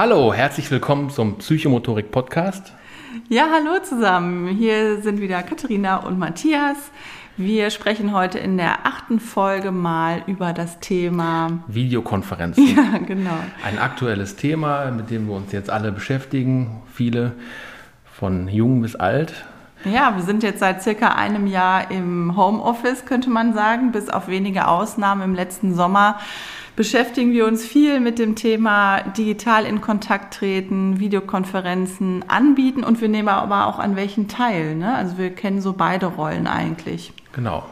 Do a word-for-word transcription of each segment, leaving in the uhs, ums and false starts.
Hallo, herzlich willkommen zum Psychomotorik-Podcast. Ja, hallo zusammen. Hier sind wieder Katharina und Matthias. Wir sprechen heute in der achten Folge mal über das Thema Videokonferenzen. Ja, genau. Ein aktuelles Thema, mit dem wir uns jetzt alle beschäftigen. Viele, von jung bis alt. Ja, wir sind jetzt seit circa einem Jahr im Homeoffice, könnte man sagen, bis auf wenige Ausnahmen im letzten Sommer. Beschäftigen wir uns viel mit dem Thema digital in Kontakt treten, Videokonferenzen anbieten und wir nehmen aber auch an welchen Teil. Ne? Also wir kennen so beide Rollen eigentlich. Genau.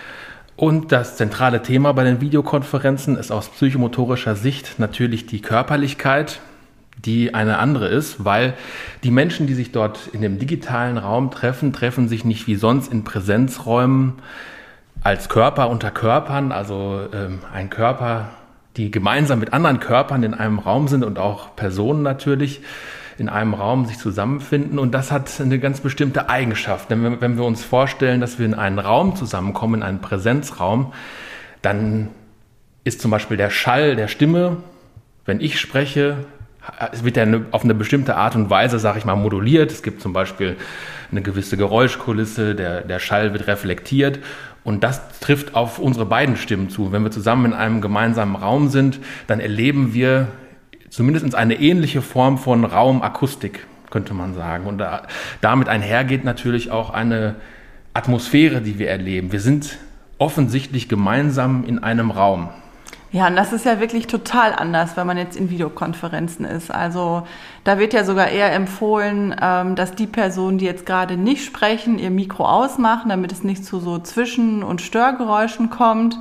Und das zentrale Thema bei den Videokonferenzen ist aus psychomotorischer Sicht natürlich die Körperlichkeit, die eine andere ist, weil die Menschen, die sich dort in dem digitalen Raum treffen, treffen sich nicht wie sonst in Präsenzräumen als Körper unter Körpern, also ähm, ein Körper, die gemeinsam mit anderen Körpern in einem Raum sind und auch Personen natürlich in einem Raum sich zusammenfinden. Und das hat eine ganz bestimmte Eigenschaft. Denn wenn wir uns vorstellen, dass wir in einen Raum zusammenkommen, in einen Präsenzraum, dann ist zum Beispiel der Schall der Stimme, wenn ich spreche, es wird ja auf eine bestimmte Art und Weise, sage ich mal, moduliert. Es gibt zum Beispiel eine gewisse Geräuschkulisse, der, der Schall wird reflektiert. Und das trifft auf unsere beiden Stimmen zu. Wenn wir zusammen in einem gemeinsamen Raum sind, dann erleben wir zumindest eine ähnliche Form von Raumakustik, könnte man sagen. Und da, damit einhergeht natürlich auch eine Atmosphäre, die wir erleben. Wir sind offensichtlich gemeinsam in einem Raum. Ja, und das ist ja wirklich total anders, wenn man jetzt in Videokonferenzen ist. Also da wird ja sogar eher empfohlen, dass die Personen, die jetzt gerade nicht sprechen, ihr Mikro ausmachen, damit es nicht zu so Zwischen- und Störgeräuschen kommt.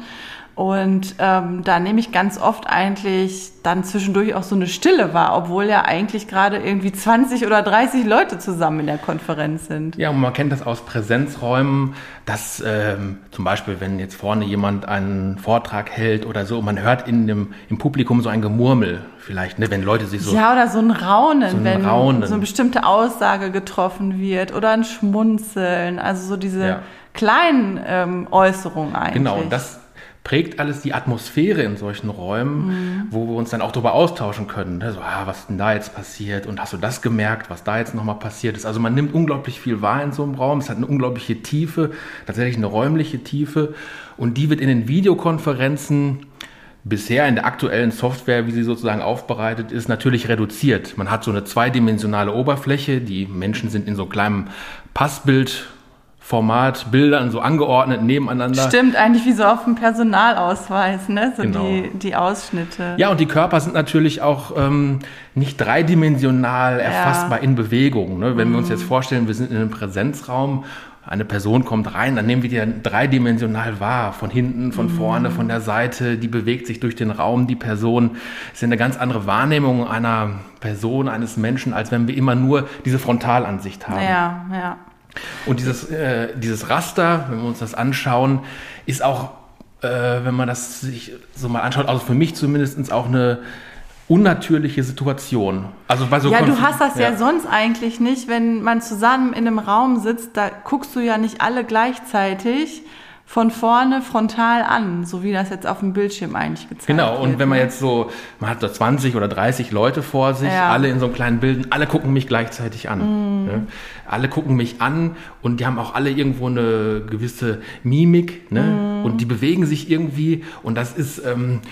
Und ähm, da nehme ich ganz oft eigentlich dann zwischendurch auch so eine Stille wahr, obwohl ja eigentlich gerade irgendwie zwanzig oder dreißig Leute zusammen in der Konferenz sind. Ja, und man kennt das aus Präsenzräumen, dass ähm, zum Beispiel, wenn jetzt vorne jemand einen Vortrag hält oder so, man hört in dem, im Publikum so ein Gemurmel vielleicht, ne, wenn Leute sich so... Ja, oder so ein Raunen, so ein wenn Raunen. so eine bestimmte Aussage getroffen wird oder ein Schmunzeln, also so diese ja. kleinen ähm, Äußerungen eigentlich. Genau, und das prägt alles die Atmosphäre in solchen Räumen, mhm. wo wir uns dann auch darüber austauschen können. Ne? So, ah, was ist denn da jetzt passiert? Und hast du das gemerkt, was da jetzt nochmal passiert ist? Also man nimmt unglaublich viel wahr in so einem Raum. Es hat eine unglaubliche Tiefe, tatsächlich eine räumliche Tiefe. Und die wird in den Videokonferenzen bisher in der aktuellen Software, wie sie sozusagen aufbereitet ist, natürlich reduziert. Man hat so eine zweidimensionale Oberfläche. Die Menschen sind in so kleinem Passbild Format, Bildern so angeordnet nebeneinander. Stimmt, eigentlich wie so auf dem Personalausweis, ne? So genau. die, die Ausschnitte. Ja, und die Körper sind natürlich auch ähm, nicht dreidimensional erfassbar ja. in Bewegung. Ne? Wenn mhm. wir uns jetzt vorstellen, wir sind in einem Präsenzraum, eine Person kommt rein, dann nehmen wir die dann dreidimensional wahr. Von hinten, von mhm. vorne, von der Seite, die bewegt sich durch den Raum, die Person. Es ist eine ganz andere Wahrnehmung einer Person, eines Menschen, als wenn wir immer nur diese Frontalansicht haben. Ja, ja. Und dieses, äh, dieses Raster, wenn wir uns das anschauen, ist auch, äh, wenn man das sich so mal anschaut, also für mich zumindest auch eine unnatürliche Situation. Also bei so ja, Konf- du hast das ja. ja sonst eigentlich nicht, wenn man zusammen in einem Raum sitzt, da guckst du ja nicht alle gleichzeitig von vorne frontal an, so wie das jetzt auf dem Bildschirm eigentlich gezeigt wird. Genau, und wenn man jetzt so, man hat da zwanzig oder dreißig Leute vor sich, ja. alle in so einem kleinen Bild, alle gucken mich gleichzeitig an. Mm. Ne? Alle gucken mich an und die haben auch alle irgendwo eine gewisse Mimik, ne? Mm. Und die bewegen sich irgendwie und das ist ähm,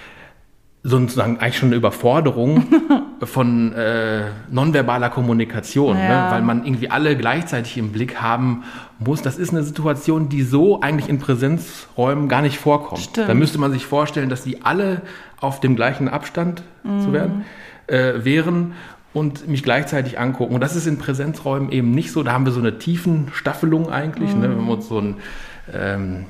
sozusagen eigentlich schon eine Überforderung von äh, nonverbaler Kommunikation, ja. ne? Weil man irgendwie alle gleichzeitig im Blick haben muss. Das ist eine Situation, die so eigentlich in Präsenzräumen gar nicht vorkommt. Stimmt. Da müsste man sich vorstellen, dass die alle auf dem gleichen Abstand mm. zu werden, äh, wären und mich gleichzeitig angucken. Und das ist in Präsenzräumen eben nicht so. Da haben wir so eine Tiefenstaffelung eigentlich, mm. ne? Wenn wir uns so ein ähm,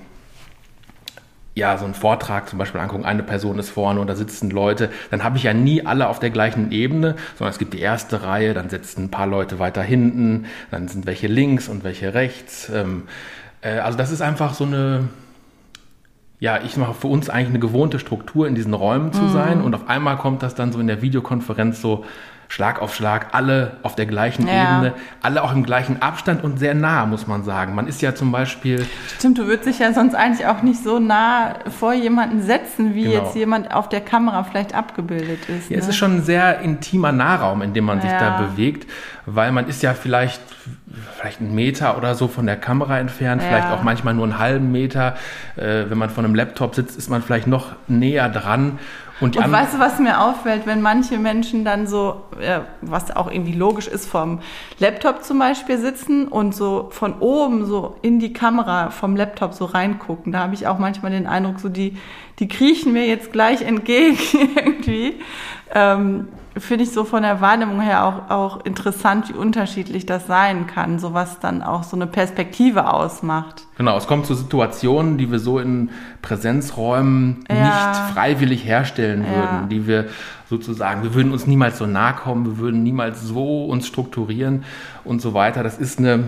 ja, so einen Vortrag zum Beispiel angucken, eine Person ist vorne und da sitzen Leute, dann habe ich ja nie alle auf der gleichen Ebene, sondern es gibt die erste Reihe, dann sitzen ein paar Leute weiter hinten, dann sind welche links und welche rechts. Ähm, äh, also das ist einfach so eine, ja, ich mache für uns eigentlich eine gewohnte Struktur, in diesen Räumen zu sein und auf einmal kommt das dann so in der Videokonferenz so Schlag auf Schlag, alle auf der gleichen Ja. Ebene, alle auch im gleichen Abstand und sehr nah, muss man sagen. Man ist ja zum Beispiel... Stimmt, du würdest dich ja sonst eigentlich auch nicht so nah vor jemanden setzen, wie Genau. jetzt jemand auf der Kamera vielleicht abgebildet ist. Ja, ne? es ist schon ein sehr intimer Nahraum, in dem man sich Ja. da bewegt, weil man ist ja vielleicht, vielleicht einen Meter oder so von der Kamera entfernt, Ja. vielleicht auch manchmal nur einen halben Meter. Äh, wenn man vor einem Laptop sitzt, ist man vielleicht noch näher dran. Und, die Und an- weißt du, was mir auffällt, wenn manche Menschen dann so, äh, was auch irgendwie logisch ist, vom Laptop zum Beispiel sitzen und so von oben so in die Kamera vom Laptop so reingucken. Da habe ich auch manchmal den Eindruck, so die, die kriechen mir jetzt gleich entgegen irgendwie. Ähm, Finde ich so von der Wahrnehmung her auch, auch interessant, wie unterschiedlich das sein kann, so was dann auch so eine Perspektive ausmacht. Genau, es kommt zu Situationen, die wir so in Präsenzräumen Ja. nicht freiwillig herstellen Ja. würden, die wir sozusagen, wir würden uns niemals so nahe kommen, wir würden niemals so uns strukturieren und so weiter. Das ist eine,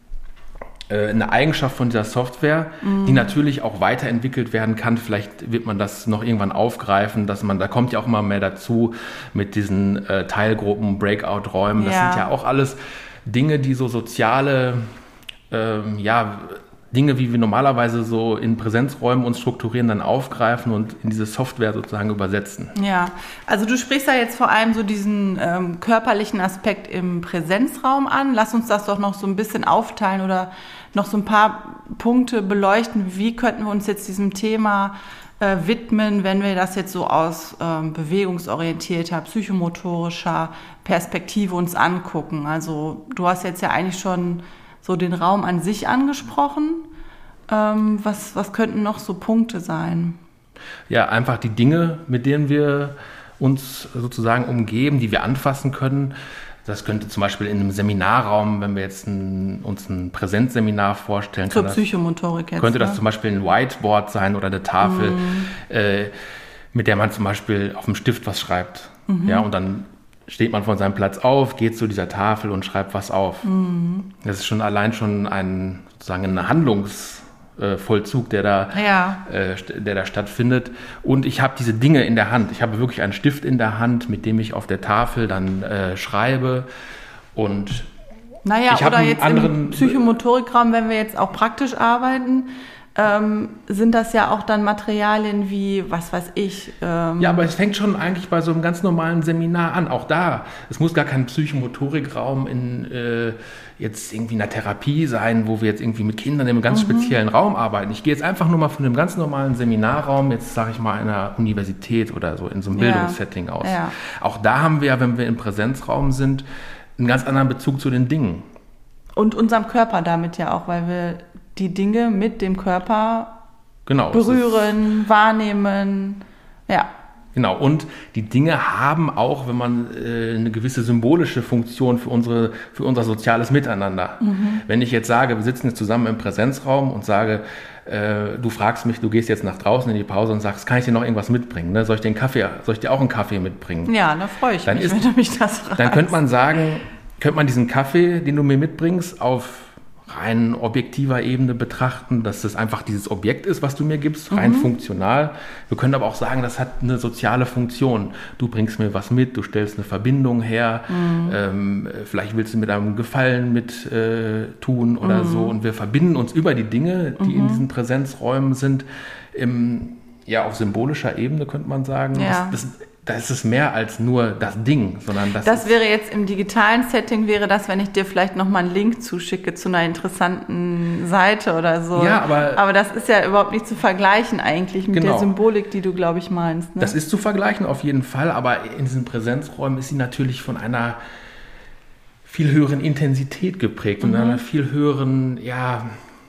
äh, eine Eigenschaft von dieser Software, die natürlich auch weiterentwickelt werden kann. Vielleicht wird man das noch irgendwann aufgreifen, dass man, da kommt ja auch immer mehr dazu mit diesen äh, Teilgruppen, Breakout-Räumen. Das Ja. sind ja auch alles Dinge, die so soziale, ähm, ja, Dinge, wie wir normalerweise so in Präsenzräumen uns strukturieren, dann aufgreifen und in diese Software sozusagen übersetzen. Ja, also du sprichst da jetzt vor allem so diesen ähm, körperlichen Aspekt im Präsenzraum an. Lass uns das doch noch so ein bisschen aufteilen oder noch so ein paar Punkte beleuchten. Wie könnten wir uns jetzt diesem Thema äh, widmen, wenn wir das jetzt so aus ähm, bewegungsorientierter, psychomotorischer Perspektive uns angucken? Also du hast jetzt ja eigentlich schon so den Raum an sich angesprochen. Ähm, was, was könnten noch so Punkte sein? Ja, einfach die Dinge, mit denen wir uns sozusagen umgeben, die wir anfassen können. Das könnte zum Beispiel in einem Seminarraum, wenn wir jetzt ein, uns ein Präsenzseminar vorstellen, Zur kann das, Psychomotorik jetzt. könnte das ne? zum Beispiel ein Whiteboard sein oder eine Tafel, Mhm. äh, mit der man zum Beispiel auf dem Stift was schreibt. Mhm. Ja, und dann steht man von seinem Platz auf, geht zu dieser Tafel und schreibt was auf. Mhm. Das ist schon allein schon ein, sozusagen ein Handlungsvollzug, der da, Ja. äh, st- der da stattfindet. Und ich habe diese Dinge in der Hand. Ich habe wirklich einen Stift in der Hand, mit dem ich auf der Tafel dann äh, schreibe. Und Naja, Ich hab oder einen jetzt anderen- im Psychomotorikraum, wenn wir jetzt auch praktisch arbeiten, ähm, sind das ja auch dann Materialien wie, was weiß ich. Ähm, ja, aber es fängt schon eigentlich bei so einem ganz normalen Seminar an. Auch da, es muss gar kein Psychomotorikraum in äh, jetzt irgendwie einer Therapie sein, wo wir jetzt irgendwie mit Kindern in einem ganz speziellen Raum arbeiten. Ich gehe jetzt einfach nur mal von einem ganz normalen Seminarraum, jetzt sage ich mal in einer Universität oder so, in so einem Ja. Bildungssetting aus. Ja. Auch da haben wir ja, wenn wir im Präsenzraum sind, einen ganz anderen Bezug zu den Dingen. Und unserem Körper damit ja auch, weil wir die Dinge mit dem Körper Genau. es ist- berühren, wahrnehmen. Ja. Genau, und die Dinge haben auch, wenn man äh, eine gewisse symbolische Funktion für, unsere, für unser soziales Miteinander. Wenn ich jetzt sage, wir sitzen jetzt zusammen im Präsenzraum und sage, äh, du fragst mich, du gehst jetzt nach draußen in die Pause und sagst, kann ich dir noch irgendwas mitbringen? Ne? Soll ich dir einen Kaffee, soll ich dir auch einen Kaffee mitbringen? Ja, da freue ich Dann mich, ist- wenn du mich das fragst. Dann könnte man sagen, könnte man diesen Kaffee, den du mir mitbringst, auf rein objektiver Ebene betrachten, dass das einfach dieses Objekt ist, was du mir gibst, rein funktional. Wir können aber auch sagen, das hat eine soziale Funktion. Du bringst mir was mit, du stellst eine Verbindung her, ähm, vielleicht willst du mit einem Gefallen mit äh, tun oder so. Und wir verbinden uns über die Dinge, die in diesen Präsenzräumen sind, im, ja, auf symbolischer Ebene könnte man sagen. Ja. Das, das, da ist es mehr als nur das Ding, sondern das, Das ist, wäre jetzt im digitalen Setting, wäre das, wenn ich dir vielleicht nochmal einen Link zuschicke zu einer interessanten Seite oder so. Ja, aber- aber das ist ja überhaupt nicht zu vergleichen eigentlich mit Genau. der Symbolik, die du, glaube ich, meinst. Ne? Das ist zu vergleichen auf jeden Fall, aber in diesen Präsenzräumen ist sie natürlich von einer viel höheren Intensität geprägt und einer viel höheren, ja,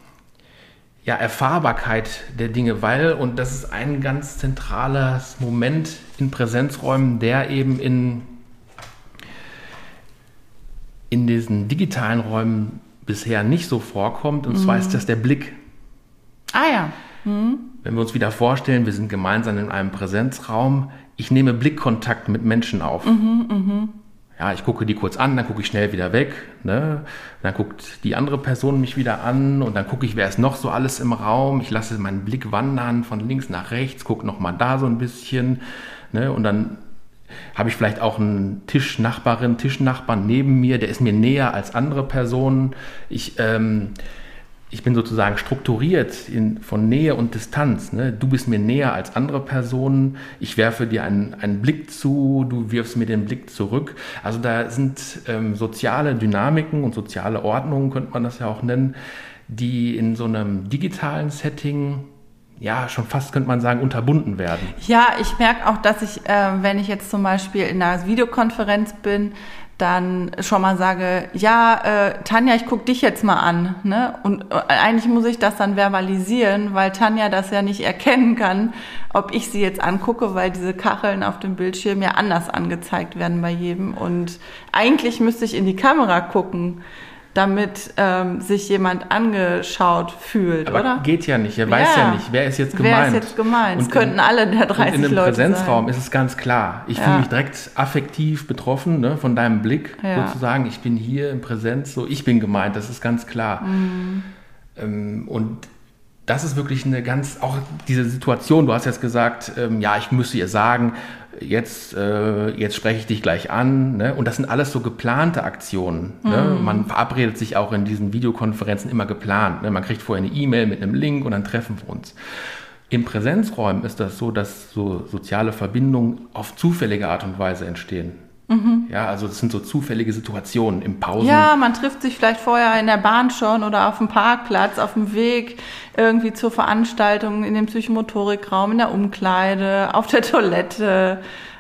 ja, Erfahrbarkeit der Dinge, weil, und das ist ein ganz zentrales Moment in Präsenzräumen, der eben in, in diesen digitalen Räumen bisher nicht so vorkommt, und zwar ist das der Blick. Ah ja. Wenn wir uns wieder vorstellen, wir sind gemeinsam in einem Präsenzraum, ich nehme Blickkontakt mit Menschen auf. Ja, ich gucke die kurz an, dann gucke ich schnell wieder weg. Ne? Dann guckt die andere Person mich wieder an und dann gucke ich, wer ist noch so alles im Raum. Ich lasse meinen Blick wandern von links nach rechts, gucke nochmal da so ein bisschen. Ne? Und dann habe ich vielleicht auch einen Tischnachbarin, Tischnachbarn neben mir, der ist mir näher als andere Personen. Ich, ähm, ich bin sozusagen strukturiert in, von Nähe und Distanz. Ne? Du bist mir näher als andere Personen. Ich werfe dir einen, einen Blick zu, du wirfst mir den Blick zurück. Also da sind ähm, soziale Dynamiken und soziale Ordnungen, könnte man das ja auch nennen, die in so einem digitalen Setting, ja, schon fast, könnte man sagen, unterbunden werden. Ja, ich merke auch, dass ich, äh, wenn ich jetzt zum Beispiel in einer Videokonferenz bin, dann schon mal sage, ja, äh, Tanja, ich gucke dich jetzt mal an. Ne? Und äh, eigentlich muss ich das dann verbalisieren, weil Tanja das ja nicht erkennen kann, ob ich sie jetzt angucke, weil diese Kacheln auf dem Bildschirm ja anders angezeigt werden bei jedem. Und eigentlich müsste ich in die Kamera gucken, damit ähm, sich jemand angeschaut fühlt, aber oder? Geht ja nicht, er weiß ja, ja nicht, wer ist jetzt gemeint. Wer ist jetzt gemeint? Und es könnten in, alle der dreißig Leute sein. In einem Präsenzraum sein. Ist es ganz klar. Ich ja. fühle mich direkt affektiv betroffen, ne, von deinem Blick, ja. sozusagen. Ich bin hier in Präsenz, so ich bin gemeint, das ist ganz klar. Mhm. Ähm, und das ist wirklich eine ganz, auch diese Situation, du hast jetzt gesagt, ähm, ja, ich müsste ihr sagen, jetzt, äh, jetzt spreche ich dich gleich an. Ne? Und das sind alles so geplante Aktionen. Mhm. Ne? Man verabredet sich auch in diesen Videokonferenzen immer geplant. Ne? Man kriegt vorher eine E-Mail mit einem Link und dann treffen wir uns. In Präsenzräumen ist das so, dass so soziale Verbindungen auf zufällige Art und Weise entstehen. Mhm. Ja, also das sind so zufällige Situationen im Pausen. Ja, man trifft sich vielleicht vorher in der Bahn schon oder auf dem Parkplatz, auf dem Weg irgendwie zur Veranstaltung, in dem Psychomotorikraum, in der Umkleide, auf der Toilette.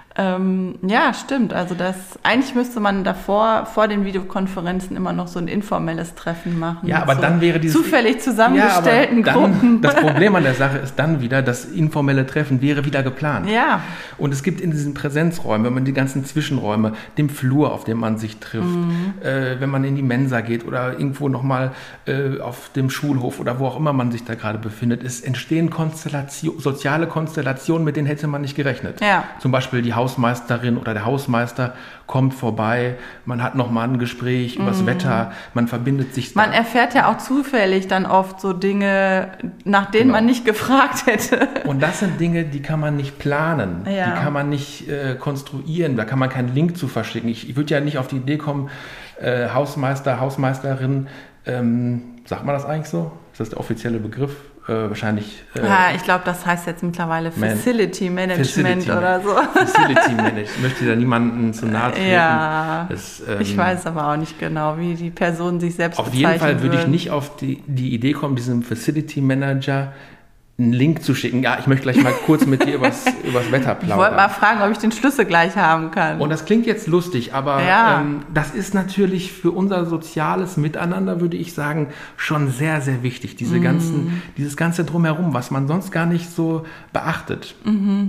Ähm, ja, stimmt. Also das, eigentlich müsste man davor, vor den Videokonferenzen immer noch so ein informelles Treffen machen. Ja, aber so dann wäre dieses zufällig zusammengestellten ja, aber dann, Gruppen. Das Problem an der Sache ist dann wieder, das informelle Treffen wäre wieder geplant. Ja. Und es gibt in diesen Präsenzräumen, wenn man die ganzen Zwischenräume, den Flur, auf dem man sich trifft, mhm. äh, wenn man in die Mensa geht oder irgendwo nochmal äh, auf dem Schulhof oder wo auch immer man sich da gerade befindet, es entstehen Konstellation, soziale Konstellationen, mit denen hätte man nicht gerechnet. Ja. Zum Beispiel die Hausmeisterin oder der Hausmeister kommt vorbei, man hat nochmal ein Gespräch über das mm. Wetter, man verbindet sich. Man da. erfährt ja auch zufällig dann oft so Dinge, nach denen genau. man nicht gefragt hätte. Und das sind Dinge, die kann man nicht planen, ja. die kann man nicht äh, konstruieren, da kann man keinen Link zu verschicken. Ich, ich würde ja nicht auf die Idee kommen, äh, Hausmeister, Hausmeisterin, ähm, sagt man das eigentlich so? Ist das der offizielle Begriff? Äh, wahrscheinlich. Äh, ja, ich glaube, das heißt jetzt mittlerweile Facility Man- Management Facility oder so. Facility Management. Ich möchte da niemanden zu nahe treten. Ja, das, ähm, ich weiß aber auch nicht genau, wie die Person sich selbst auf bezeichnen jeden Fall würde ich würden. nicht auf die, die Idee kommen, diesem Facility Manager einen Link zu schicken. Ja, ich möchte gleich mal kurz mit dir übers, übers Wetter plaudern. Ich wollte mal fragen, ob ich den Schlüssel gleich haben kann. Und das klingt jetzt lustig, aber ja. ähm, das ist natürlich für unser soziales Miteinander, würde ich sagen, schon sehr, sehr wichtig. Diese mhm. ganzen, dieses ganze Drumherum, was man sonst gar nicht so beachtet. Mhm.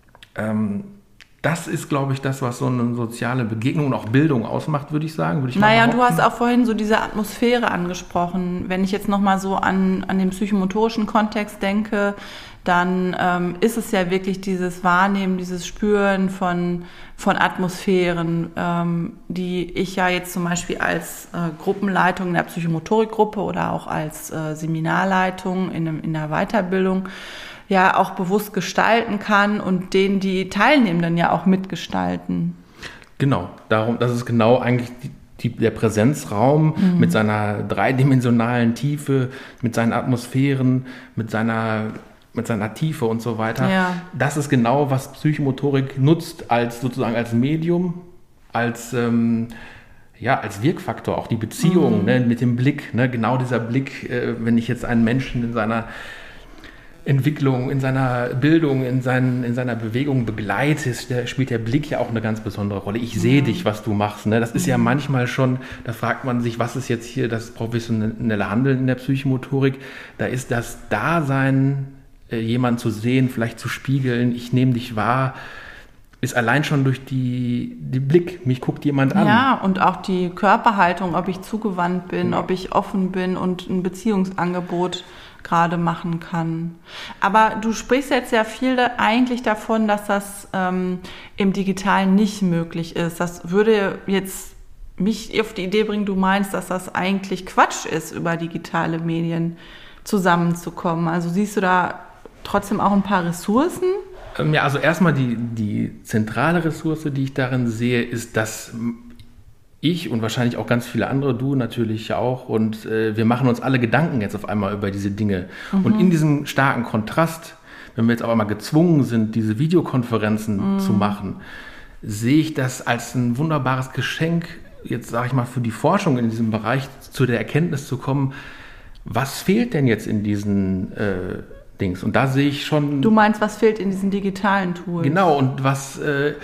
Ähm, das ist, glaube ich, das, was so eine soziale Begegnung und auch Bildung ausmacht, würde ich sagen. Würde ich naja, du hast auch vorhin so diese Atmosphäre angesprochen. Wenn ich jetzt nochmal so an, an den psychomotorischen Kontext denke, dann ähm, ist es ja wirklich dieses Wahrnehmen, dieses Spüren von, von Atmosphären, ähm, die ich ja jetzt zum Beispiel als äh, Gruppenleitung in der Psychomotorikgruppe oder auch als äh, Seminarleitung in, einem, in der Weiterbildung ja auch bewusst gestalten kann und den die Teilnehmenden ja auch mitgestalten. Genau, darum, das ist genau eigentlich die, die, der Präsenzraum mhm. mit seiner dreidimensionalen Tiefe, mit seinen Atmosphären, mit seiner, mit seiner Tiefe und so weiter. Ja. Das ist genau, was Psychomotorik nutzt als sozusagen als Medium, als ähm, ja, als Wirkfaktor, auch die Beziehung mhm. ne, mit dem Blick, ne, genau dieser Blick, äh, wenn ich jetzt einen Menschen in seiner Entwicklung, in seiner Bildung, in, seinen, in seiner Bewegung begleitest, da spielt der Blick ja auch eine ganz besondere Rolle. Ich sehe ja. dich, was du machst. Ne? Das ist ja manchmal schon, da fragt man sich, was ist jetzt hier das professionelle Handeln in der Psychomotorik? Da ist das Dasein, äh, jemanden zu sehen, vielleicht zu spiegeln, ich nehme dich wahr, ist allein schon durch die, die Blick, mich guckt jemand an. Ja, und auch die Körperhaltung, ob ich zugewandt bin, ja. ob ich offen bin und ein Beziehungsangebot gerade machen kann. Aber du sprichst jetzt ja viel da, eigentlich davon, dass das ähm, im Digitalen nicht möglich ist. Das würde jetzt mich auf die Idee bringen, du meinst, dass das eigentlich Quatsch ist, über digitale Medien zusammenzukommen. Also siehst du da trotzdem auch ein paar Ressourcen? Ja, also erstmal die, die zentrale Ressource, die ich darin sehe, ist, dass ich und wahrscheinlich auch ganz viele andere, du natürlich auch, und äh, wir machen uns alle Gedanken jetzt auf einmal über diese Dinge. Mhm. Und in diesem starken Kontrast, wenn wir jetzt auf einmal gezwungen sind, diese Videokonferenzen mhm. zu machen, sehe ich das als ein wunderbares Geschenk, jetzt sage ich mal, für die Forschung in diesem Bereich zu der Erkenntnis zu kommen, was fehlt denn jetzt in diesen äh, Dings? Und da sehe ich schon... Du meinst, was fehlt in diesen digitalen Tools? Genau, und was, äh,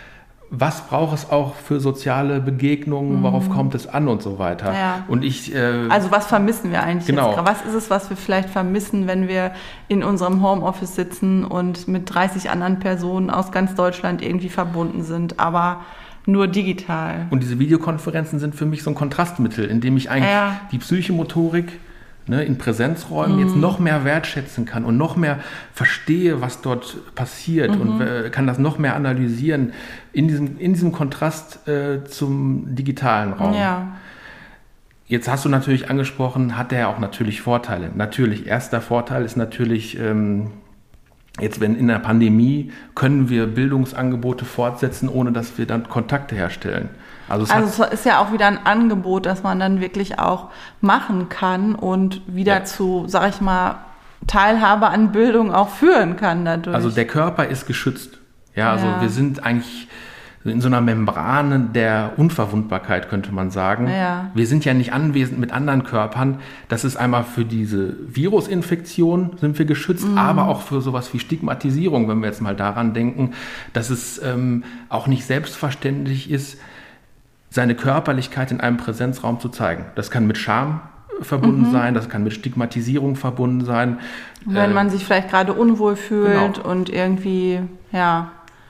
was braucht es auch für soziale Begegnungen, mhm. worauf kommt es an und so weiter. Ja. Und ich, äh, also was vermissen wir eigentlich genau. jetzt? Was ist es, was wir vielleicht vermissen, wenn wir in unserem Homeoffice sitzen und mit dreißig anderen Personen aus ganz Deutschland irgendwie verbunden sind, aber nur digital? Und diese Videokonferenzen sind für mich so ein Kontrastmittel, in dem ich eigentlich ja. die Psychomotorik Ne, in Präsenzräumen mm. jetzt noch mehr wertschätzen kann und noch mehr verstehe, was dort passiert mm-hmm. und äh, kann das noch mehr analysieren in diesem, in diesem Kontrast äh, zum digitalen Raum. Ja. Jetzt hast du natürlich angesprochen, hat der auch natürlich Vorteile. Natürlich, erster Vorteil ist natürlich, ähm, jetzt wenn in der Pandemie können wir Bildungsangebote fortsetzen, ohne dass wir dann Kontakte herstellen. Also es, also es ist ja auch wieder ein Angebot, das man dann wirklich auch machen kann und wieder ja. zu, sag ich mal, Teilhabe an Bildung auch führen kann dadurch. Also der Körper ist geschützt. Ja, also ja. wir sind eigentlich in so einer Membran der Unverwundbarkeit, könnte man sagen. Ja. Wir sind ja nicht anwesend mit anderen Körpern. Das ist einmal für diese Virusinfektion sind wir geschützt, mhm. aber auch für sowas wie Stigmatisierung, wenn wir jetzt mal daran denken, dass es ähm, auch nicht selbstverständlich ist, seine Körperlichkeit in einem Präsenzraum zu zeigen. Das kann mit Scham verbunden mhm. sein, das kann mit Stigmatisierung verbunden sein. Wenn äh, man sich vielleicht gerade unwohl fühlt genau. und irgendwie, ja,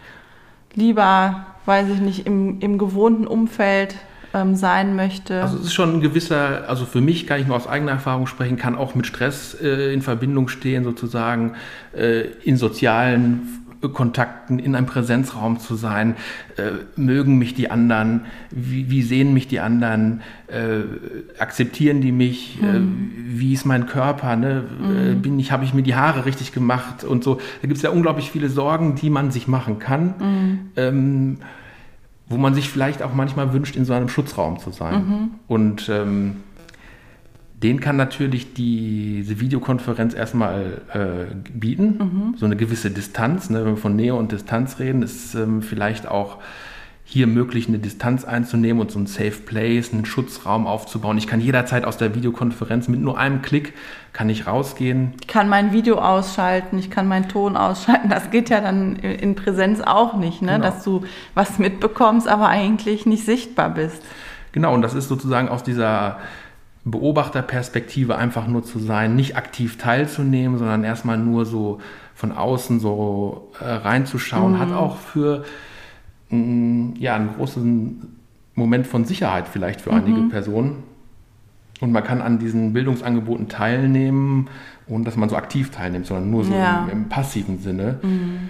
lieber, weiß ich nicht, im, im gewohnten Umfeld ähm, sein möchte. Also es ist schon ein gewisser, also für mich kann ich nur aus eigener Erfahrung sprechen, kann auch mit Stress äh, in Verbindung stehen, sozusagen äh, in sozialen Kontakten, in einem Präsenzraum zu sein, äh, mögen mich die anderen, wie, wie sehen mich die anderen, äh, akzeptieren die mich, mhm. äh, wie ist mein Körper, ne? mhm. äh, bin ich, habe ich mir die Haare richtig gemacht und so. Da gibt es ja unglaublich viele Sorgen, die man sich machen kann, mhm. ähm, wo man sich vielleicht auch manchmal wünscht, in so einem Schutzraum zu sein. Mhm. Und ähm, den kann natürlich diese Videokonferenz erstmal äh, bieten, mhm. so eine gewisse Distanz. Ne? Wenn wir von Nähe und Distanz reden, ist ähm, vielleicht auch hier möglich, eine Distanz einzunehmen und so einen Safe Place, einen Schutzraum aufzubauen. Ich kann jederzeit aus der Videokonferenz mit nur einem Klick kann ich rausgehen. Ich kann mein Video ausschalten, ich kann meinen Ton ausschalten. Das geht ja dann in Präsenz auch nicht, ne? Genau. Dass du was mitbekommst, aber eigentlich nicht sichtbar bist. Genau, und das ist sozusagen aus dieser Beobachterperspektive einfach nur zu sein, nicht aktiv teilzunehmen, sondern erstmal nur so von außen so äh, reinzuschauen, mhm. hat auch für mh, ja, einen großen Moment von Sicherheit vielleicht für mhm. einige Personen. Und man kann an diesen Bildungsangeboten teilnehmen, ohne dass man so aktiv teilnimmt, sondern nur so ja. im, im passiven Sinne. Mhm.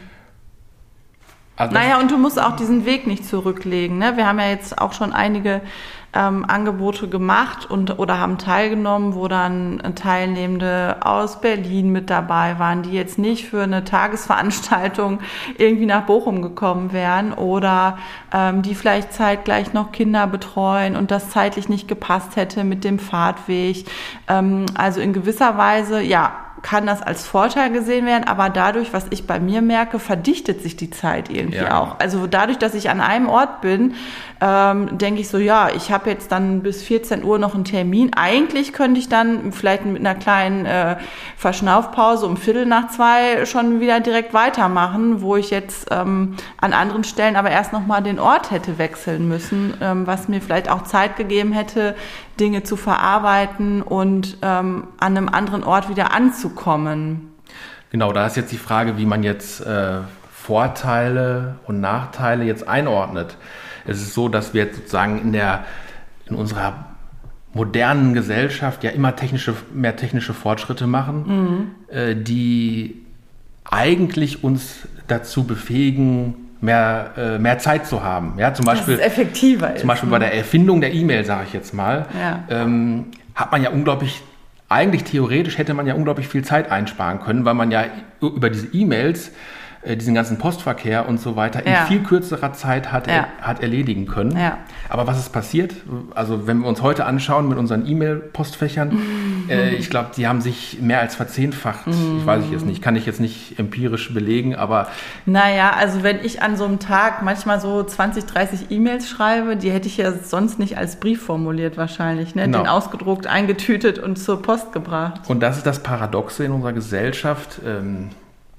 Also naja, und du musst auch diesen Weg nicht zurücklegen. Ne? Wir haben ja jetzt auch schon einige ähm, Angebote gemacht und oder haben teilgenommen, wo dann Teilnehmende aus Berlin mit dabei waren, die jetzt nicht für eine Tagesveranstaltung irgendwie nach Bochum gekommen wären oder ähm, die vielleicht zeitgleich noch Kinder betreuen und das zeitlich nicht gepasst hätte mit dem Fahrtweg. Ähm, also in gewisser Weise, ja, kann das als Vorteil gesehen werden, aber dadurch, was ich bei mir merke, verdichtet sich die Zeit irgendwie ja. auch. Also dadurch, dass ich an einem Ort bin, ähm, denke ich so, ja, ich habe jetzt dann bis vierzehn Uhr noch einen Termin. Eigentlich könnte ich dann vielleicht mit einer kleinen äh, Verschnaufpause um Viertel nach zwei schon wieder direkt weitermachen, wo ich jetzt ähm, an anderen Stellen aber erst nochmal den Ort hätte wechseln müssen, ähm, was mir vielleicht auch Zeit gegeben hätte, Dinge zu verarbeiten und ähm, an einem anderen Ort wieder anzukommen. Genau, da ist jetzt die Frage, wie man jetzt äh, Vorteile und Nachteile jetzt einordnet. Es ist so, dass wir jetzt sozusagen in der in unserer modernen Gesellschaft ja immer technische, mehr technische Fortschritte machen, mhm. äh, die eigentlich uns dazu befähigen, mehr, äh, mehr Zeit zu haben. Ja, zum Beispiel, dass es effektiver ist. Zum Beispiel bei der Erfindung der E-Mail, sage ich jetzt mal, ja. ähm, hat man ja unglaublich, eigentlich theoretisch hätte man ja unglaublich viel Zeit einsparen können, weil man ja über diese E-Mails diesen ganzen Postverkehr und so weiter Ja. in viel kürzerer Zeit hat, Ja. er, hat erledigen können. Ja. Aber was ist passiert? Also wenn wir uns heute anschauen mit unseren E-Mail-Postfächern, äh, ich glaube, die haben sich mehr als verzehnfacht. Mhm. Ich weiß ich jetzt nicht, kann ich jetzt nicht empirisch belegen, aber Naja, also wenn ich an so einem Tag manchmal so zwanzig, dreißig E-Mails schreibe, die hätte ich ja sonst nicht als Brief formuliert wahrscheinlich, ne? Genau. Den ausgedruckt, eingetütet und zur Post gebracht. und das ist das Paradoxe in unserer Gesellschaft, ähm,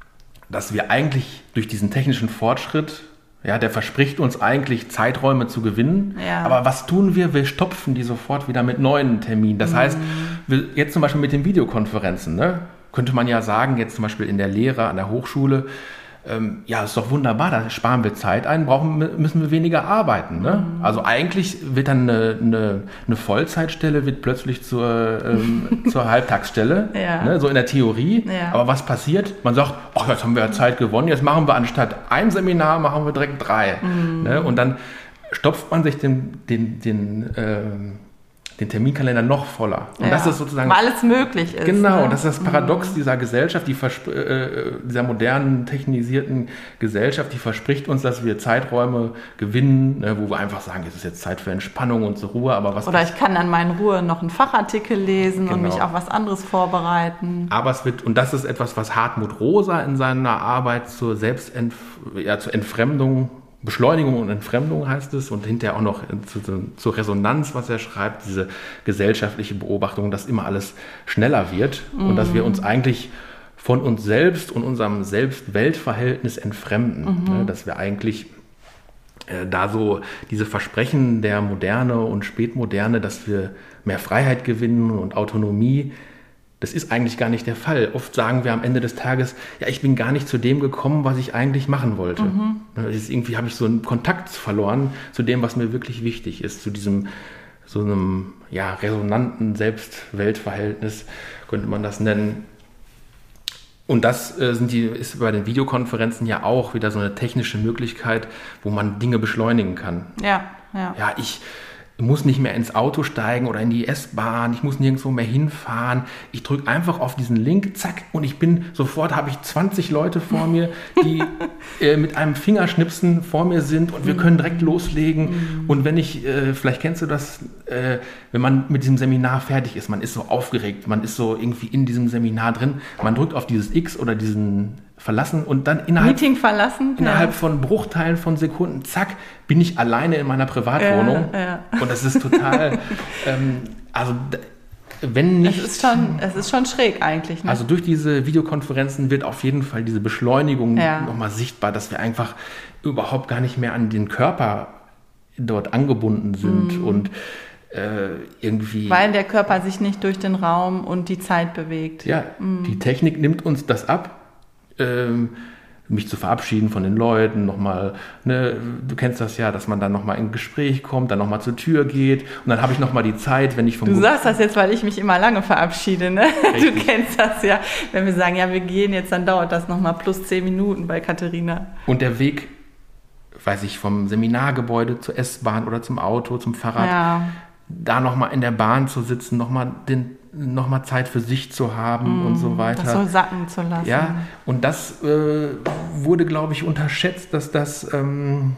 dass wir eigentlich durch diesen technischen Fortschritt, ja, der verspricht uns eigentlich Zeiträume zu gewinnen, Ja. aber was tun wir? Wir stopfen die sofort wieder mit neuen Terminen. Das heißt, wir, jetzt zum Beispiel mit den Videokonferenzen, ne, könnte man ja sagen, jetzt zum Beispiel in der Lehre an der Hochschule, ähm, ja, ist doch wunderbar, da sparen wir Zeit ein, brauchen, müssen wir weniger arbeiten. Ne? Mhm. Also eigentlich wird dann eine, eine, eine Vollzeitstelle wird plötzlich zur, ähm, zur Halbtagsstelle, Ja. ne? So in der Theorie. Ja. Aber was passiert? Man sagt, ach, jetzt haben wir ja Zeit gewonnen, jetzt machen wir anstatt ein Seminar, machen wir direkt drei. Mhm. Ne? Und dann stopft man sich den, den, den, ähm, den Terminkalender noch voller. Und Ja. das ist sozusagen... Weil alles möglich ist. Genau, ne? das ist das Paradox dieser Gesellschaft, die verspr- äh, dieser modernen, technisierten Gesellschaft, die verspricht uns, dass wir Zeiträume gewinnen, ne, wo wir einfach sagen, es ist jetzt Zeit für Entspannung und zur Ruhe, aber was Oder ich kann an meinen Ruhe noch einen Fachartikel lesen und Genau. mich auf was anderes vorbereiten. Aber es wird, und das ist etwas, was Hartmut Rosa in seiner Arbeit zur Selbstentf ja, zur Entfremdung, Beschleunigung und Entfremdung heißt es, und hinterher auch noch zu, zu, zur Resonanz, was er schreibt, diese gesellschaftliche Beobachtung, dass immer alles schneller wird und dass wir uns eigentlich von uns selbst und unserem Selbst-Welt-Verhältnis entfremden. Ne? Dass wir eigentlich äh, da so diese Versprechen der Moderne und Spätmoderne, dass wir mehr Freiheit gewinnen und Autonomie, das ist eigentlich gar nicht der Fall. Oft sagen wir am Ende des Tages, ja, ich bin gar nicht zu dem gekommen, was ich eigentlich machen wollte. Mhm. Ist, irgendwie habe ich so einen Kontakt verloren zu dem, was mir wirklich wichtig ist, zu diesem so einem ja, resonanten Selbst-Welt-Verhältnis, könnte man das nennen. Und das äh, sind die, ist bei den Videokonferenzen ja auch wieder so eine technische Möglichkeit, wo man Dinge beschleunigen kann. Ja, ja. Ja, ich muss nicht mehr ins Auto steigen oder in die S-Bahn, ich muss nirgendwo mehr hinfahren. Ich drücke einfach auf diesen Link, zack, und ich bin sofort, habe ich zwanzig Leute vor mir, die äh, mit einem Fingerschnipsen vor mir sind und wir können direkt loslegen. Und wenn ich, äh, vielleicht kennst du das, äh, wenn man mit diesem Seminar fertig ist, man ist so aufgeregt, man ist so irgendwie in diesem Seminar drin, man drückt auf dieses X oder diesen Verlassen und dann innerhalb, Meeting verlassen. innerhalb ja. von Bruchteilen von Sekunden, zack, bin ich alleine in meiner Privatwohnung. Ja, ja. Und das ist total, ähm, also d- wenn nicht... Es ist schon, es ist schon schräg eigentlich. Ne? Also durch diese Videokonferenzen wird auf jeden Fall diese Beschleunigung Ja. nochmal sichtbar, dass wir einfach überhaupt gar nicht mehr an den Körper dort angebunden sind Mhm. und äh, irgendwie... Weil der Körper sich nicht durch den Raum und die Zeit bewegt. Ja, die Technik nimmt uns das ab, ähm, mich zu verabschieden von den Leuten, nochmal, ne, du kennst das ja, dass man dann nochmal in ein Gespräch kommt, dann nochmal zur Tür geht und dann habe ich nochmal die Zeit, wenn ich vom... Du sagst das jetzt, weil ich mich immer lange verabschiede, ne? Du Richtig. kennst das ja. Wenn wir sagen, ja, wir gehen jetzt, dann dauert das nochmal plus zehn Minuten bei Katharina. Und der Weg, weiß ich, vom Seminargebäude zur S-Bahn oder zum Auto, zum Fahrrad, Ja. da nochmal in der Bahn zu sitzen, nochmal noch mal Zeit für sich zu haben und so weiter. Das so sacken zu lassen. Ja, und das äh, wurde, glaube ich, unterschätzt, dass das ähm,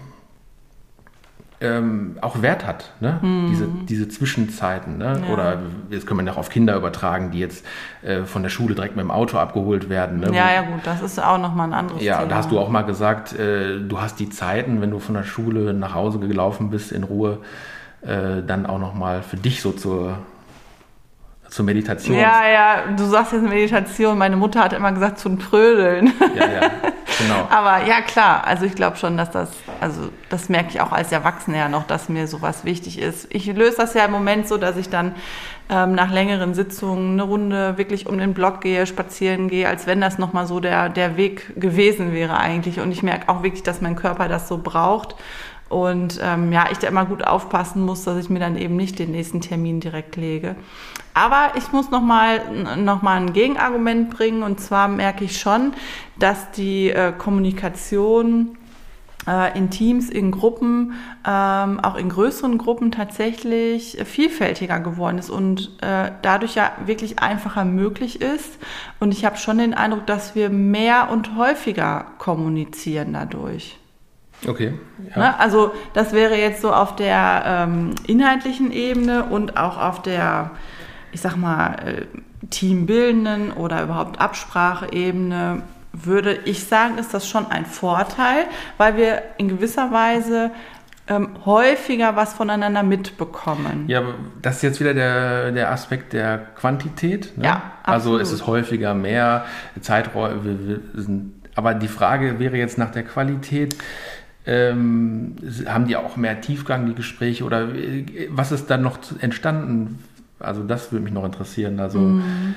ähm, auch Wert hat, ne? Mhm. diese, diese Zwischenzeiten. Ne? Ja. Oder das können wir auch auf Kinder übertragen, die jetzt äh, von der Schule direkt mit dem Auto abgeholt werden. Ne? Ja, Wo- ja, gut, das ist auch nochmal ein anderes Ja, Thema. da hast du auch mal gesagt, äh, du hast die Zeiten, wenn du von der Schule nach Hause gelaufen bist, in Ruhe, äh, dann auch nochmal für dich so zur, zur Meditation. Ja, ja, du sagst jetzt Meditation. Meine Mutter hat immer gesagt, zum Trödeln. ja, ja, genau. Aber ja, klar, also ich glaube schon, dass das, also das merke ich auch als Erwachsene ja noch, dass mir sowas wichtig ist. Ich löse das ja im Moment so, dass ich dann ähm, nach längeren Sitzungen eine Runde wirklich um den Block gehe, spazieren gehe, als wenn das nochmal so der, der Weg gewesen wäre eigentlich. Und ich merke auch wirklich, dass mein Körper das so braucht. Und ähm, ja, ich da immer gut aufpassen muss, dass ich mir dann eben nicht den nächsten Termin direkt lege. Aber ich muss nochmal noch mal ein Gegenargument bringen. Und zwar merke ich schon, dass die äh, Kommunikation in Teams, in Gruppen, ähm, auch in größeren Gruppen tatsächlich vielfältiger geworden ist und äh, dadurch ja wirklich einfacher möglich ist. Und ich habe schon den Eindruck, dass wir mehr und häufiger kommunizieren dadurch. Okay. Ja. Ne? Also das wäre jetzt so auf der ähm, inhaltlichen Ebene und auch auf der, ich sag mal, äh, teambildenden oder überhaupt Abspracheebene, würde ich sagen, ist das schon ein Vorteil, weil wir in gewisser Weise ähm, häufiger was voneinander mitbekommen. Ja, aber das ist jetzt wieder der, der Aspekt der Quantität. Ne? Ja, also absolut. es ist häufiger mehr Zeiträume. Wir, wir sind, aber die Frage wäre jetzt nach der Qualität. Ähm, haben die auch mehr Tiefgang, die Gespräche? Oder was ist dann noch entstanden? Also das würde mich noch interessieren. Also Mhm.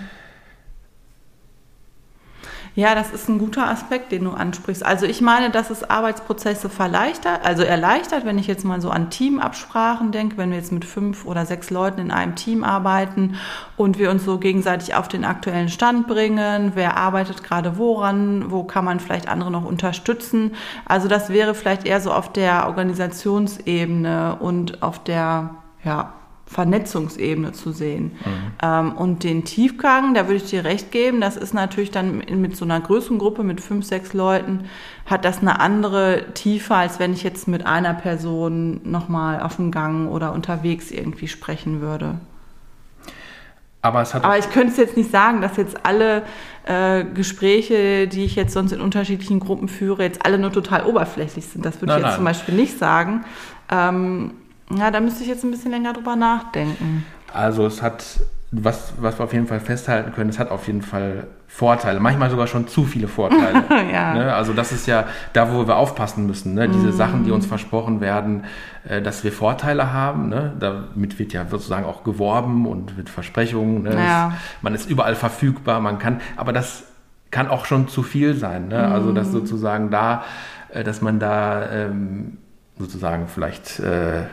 Ja, das ist ein guter Aspekt, den du ansprichst. Also ich meine, dass es Arbeitsprozesse verleichtert, also erleichtert, wenn ich jetzt mal so an Teamabsprachen denke, wenn wir jetzt mit fünf oder sechs Leuten in einem Team arbeiten und wir uns so gegenseitig auf den aktuellen Stand bringen, wer arbeitet gerade woran, wo kann man vielleicht andere noch unterstützen. Also das wäre vielleicht eher so auf der Organisationsebene und auf der, ja, Vernetzungsebene zu sehen. Mhm. Ähm, und den Tiefgang, da würde ich dir recht geben, das ist natürlich dann mit so einer größeren Gruppe, mit fünf, sechs Leuten, hat das eine andere Tiefe, als wenn ich jetzt mit einer Person nochmal auf dem Gang oder unterwegs irgendwie sprechen würde. Aber, es hat Aber ich könnte es jetzt nicht sagen, dass jetzt alle äh, Gespräche, die ich jetzt sonst in unterschiedlichen Gruppen führe, jetzt alle nur total oberflächlich sind. Das würde nein, ich jetzt nein. zum Beispiel nicht sagen. Ähm, Ja, da müsste ich jetzt ein bisschen länger drüber nachdenken. Also es hat, was, was wir auf jeden Fall festhalten können, es hat auf jeden Fall Vorteile, manchmal sogar schon zu viele Vorteile. Ja. Ne? Also das ist ja da, wo wir aufpassen müssen, ne? Diese mm. Sachen, die uns versprochen werden, äh, dass wir Vorteile haben, ne? Damit wird ja sozusagen auch geworben und mit Versprechungen. Ne? Ja. Es, man ist überall verfügbar, man kann, aber das kann auch schon zu viel sein. Ne? Mm. Also dass sozusagen da, äh, dass man da ähm, sozusagen vielleicht äh,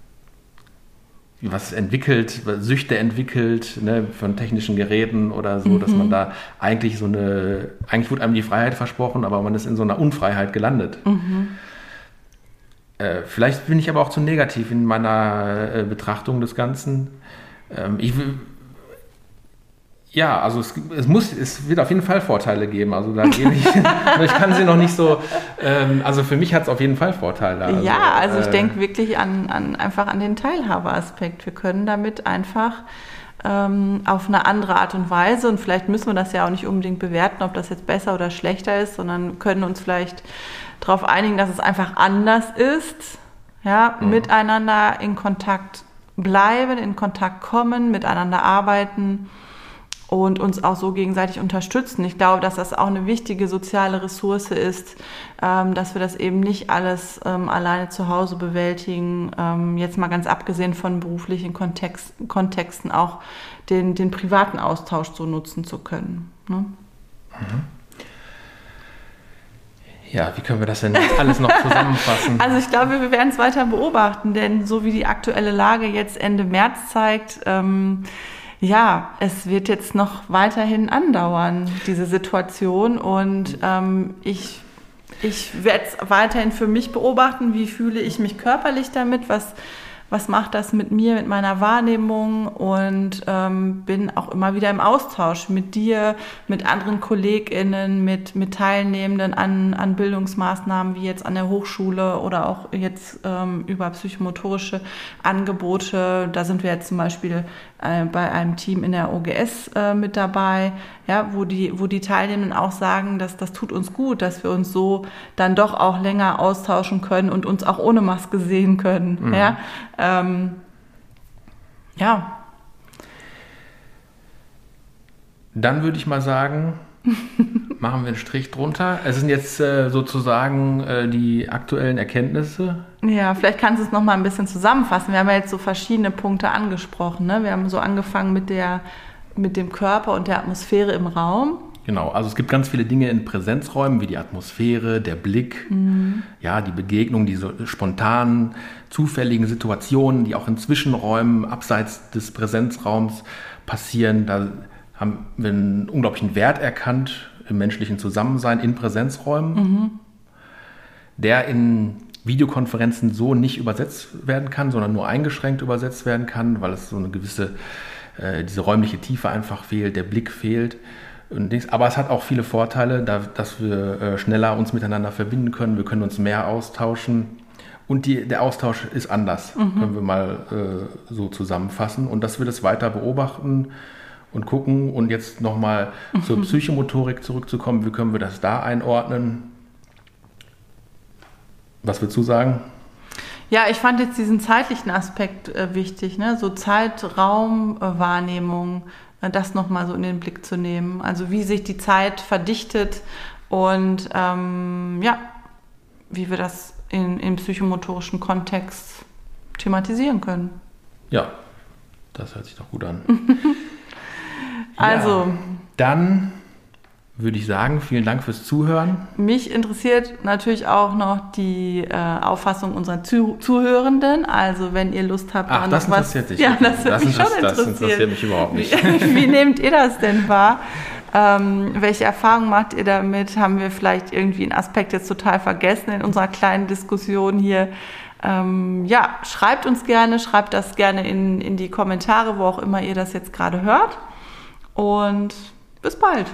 was entwickelt, Süchte entwickelt, ne, von technischen Geräten oder so, mhm. dass man da eigentlich so eine, eigentlich wurde einem die Freiheit versprochen, aber man ist in so einer Unfreiheit gelandet. Mhm. Äh, vielleicht bin ich aber auch zu negativ in meiner äh, Betrachtung des Ganzen. Ähm, ich will, ja, also es, es muss, es wird auf jeden Fall Vorteile geben. Also da gehe ich, ich kann sie noch nicht so. Ähm, also für mich hat es auf jeden Fall Vorteile. Also, ja, also ich äh, denke wirklich an, an einfach an den Teilhabeaspekt. Wir können damit einfach ähm, auf eine andere Art und Weise, und vielleicht müssen wir das ja auch nicht unbedingt bewerten, ob das jetzt besser oder schlechter ist, sondern können uns vielleicht darauf einigen, dass es einfach anders ist. Ja, mhm. Miteinander in Kontakt bleiben, in Kontakt kommen, miteinander arbeiten und uns auch so gegenseitig unterstützen. Ich glaube, dass das auch eine wichtige soziale Ressource ist, ähm, dass wir das eben nicht alles ähm, alleine zu Hause bewältigen. Ähm, jetzt mal ganz abgesehen von beruflichen Kontext, Kontexten auch den, den privaten Austausch so nutzen zu können. Ne? Mhm. Ja, wie können wir das denn jetzt alles noch zusammenfassen? Also ich glaube, wir werden es weiter beobachten, denn so wie die aktuelle Lage jetzt Ende März zeigt, ähm, ja, es wird jetzt noch weiterhin andauern, diese Situation. Und ähm, ich, ich werde es weiterhin für mich beobachten, wie fühle ich mich körperlich damit, was, was macht das mit mir, mit meiner Wahrnehmung, und ähm, bin auch immer wieder im Austausch mit dir, mit anderen KollegInnen, mit, mit Teilnehmenden an, an Bildungsmaßnahmen wie jetzt an der Hochschule oder auch jetzt ähm, über psychomotorische Angebote. Da sind wir jetzt zum Beispiel äh, bei einem Team in der O G S äh, mit dabei, ja, wo die, wo die Teilnehmenden auch sagen, dass das tut uns gut, dass wir uns so dann doch auch länger austauschen können und uns auch ohne Maske sehen können. Mhm. Ja. Ähm, ja. Dann würde ich mal sagen, machen wir einen Strich drunter. Es sind jetzt äh, sozusagen äh, die aktuellen Erkenntnisse. Ja, vielleicht kannst du es noch mal ein bisschen zusammenfassen. Wir haben ja jetzt so verschiedene Punkte angesprochen. Ne? Wir haben so angefangen mit der, mit dem Körper und der Atmosphäre im Raum. Genau, also es gibt ganz viele Dinge in Präsenzräumen, wie die Atmosphäre, der Blick, mhm. ja, die Begegnung, die so spontanen, zufälligen Situationen, die auch in Zwischenräumen abseits des Präsenzraums passieren. Da haben wir einen unglaublichen Wert erkannt im menschlichen Zusammensein in Präsenzräumen. Mhm. der in Videokonferenzen so nicht übersetzt werden kann, sondern nur eingeschränkt übersetzt werden kann, weil es so eine gewisse, äh, diese räumliche Tiefe einfach fehlt, der Blick fehlt. Aber es hat auch viele Vorteile, da, dass wir äh, schneller uns miteinander verbinden können, wir können uns mehr austauschen und die, der Austausch ist anders, mhm. können wir mal äh, so zusammenfassen und dass wir das weiter beobachten und gucken und jetzt nochmal mhm. zur Psychomotorik zurückzukommen, wie können wir das da einordnen? Was würdest du sagen? Ja, ich fand jetzt diesen zeitlichen Aspekt äh, wichtig, ne? So Zeit-Raum-Wahrnehmung, äh, das nochmal so in den Blick zu nehmen. Also wie sich die Zeit verdichtet und ähm, ja, wie wir das in, im psychomotorischen Kontext thematisieren können. Ja, das hört sich doch gut an. Also, ja, dann würde ich sagen, vielen Dank fürs Zuhören. Mich interessiert natürlich auch noch die äh, Auffassung unserer Zuh- Zuhörenden. Also wenn ihr Lust habt, Ach, da das noch interessiert was... dich. Ja, das, das, mich interess- schon das interessiert mich überhaupt nicht. Wie, wie nehmt ihr das denn wahr? Ähm, welche Erfahrungen macht ihr damit? Haben wir vielleicht irgendwie einen Aspekt jetzt total vergessen in unserer kleinen Diskussion hier? Ähm, ja, schreibt uns gerne, schreibt das gerne in, in die Kommentare, wo auch immer ihr das jetzt gerade hört. Und bis bald.